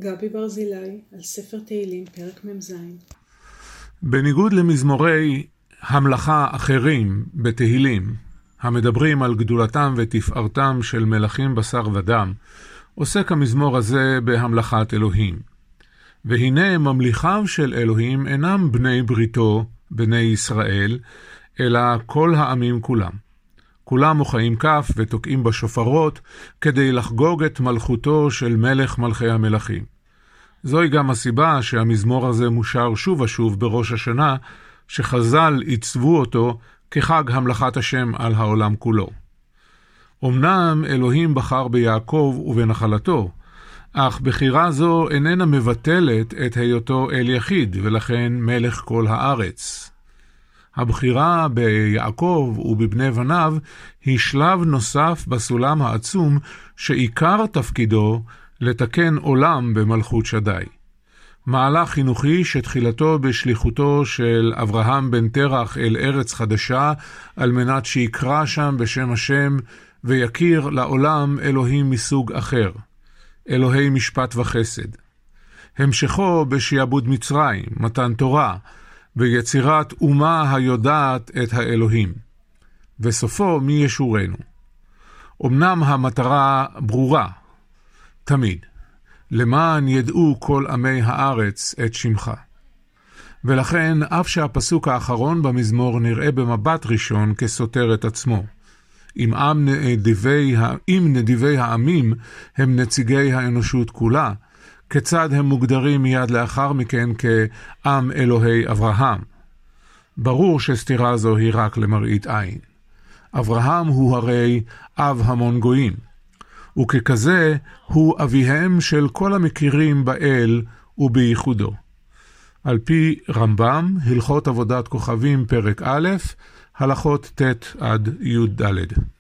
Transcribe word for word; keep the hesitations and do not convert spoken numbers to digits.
גבי ברזילי על ספר תהילים פרק מ"ז. בניגוד למזמורי המלאכה אחרים בתהילים, המדברים על גדולתם ותפארתם של מלכים בשר ודם, עוסק המזמור הזה בהמלכת אלוהים. והנה ממליכיו של אלוהים אינם בני בריתו, בני ישראל, אלא כל העמים כולם. כולם מוחאים כף ותוקעים בשופרות כדי לחגוג את מלכותו של מלך מלכי המלכים. זוהי גם הסיבה שהמזמור הזה מושר שוב ושוב בראש השנה, שחז"ל עיצבו אותו כחג המלכת השם על העולם כולו. אמנם אלוהים בחר ביעקב ובנחלתו, אך בחירה זו איננה מבטלת את היותו אל יחיד, ולכן מלך כל הארץ. הבחירה ביעקב ובבני בניו היא שלב נוסף בסולם העצום שעיקר תפקידו לתקן עולם במלכות שדי. מהלך חינוכי שתחילתו בשליחותו של אברהם בן תרח אל ארץ חדשה, על מנת שיקרא שם בשם השם ויכיר לעולם אלוהים מסוג אחר, אלוהי משפט וחסד. המשכו בשיעבוד מצרים, מתן תורה, ויצירת אומה היודעת את האלוהים, וסופו מי ישורנו. אמנם המטרה ברורה, תמיד, למען ידעו כל עמי הארץ את שמך. ולכן, אף שהפסוק האחרון במזמור נראה במבט ראשון כסותר את עצמו, אם, עם נדיבי, אם נדיבי העמים הם נציגי האנושות כולה, כיצד הם מוגדרים מיד לאחר מכן כעם אלוהי אברהם? ברור שסתירה זו היא רק למראית עין. אברהם הוא הרי אב המון גויים, וככזה הוא אביהם של כל המכירים באל ובייחודו. על פי רמב"ם, הלכות עבודת כוכבים פרק א', הלכות ט' עד י' ד'.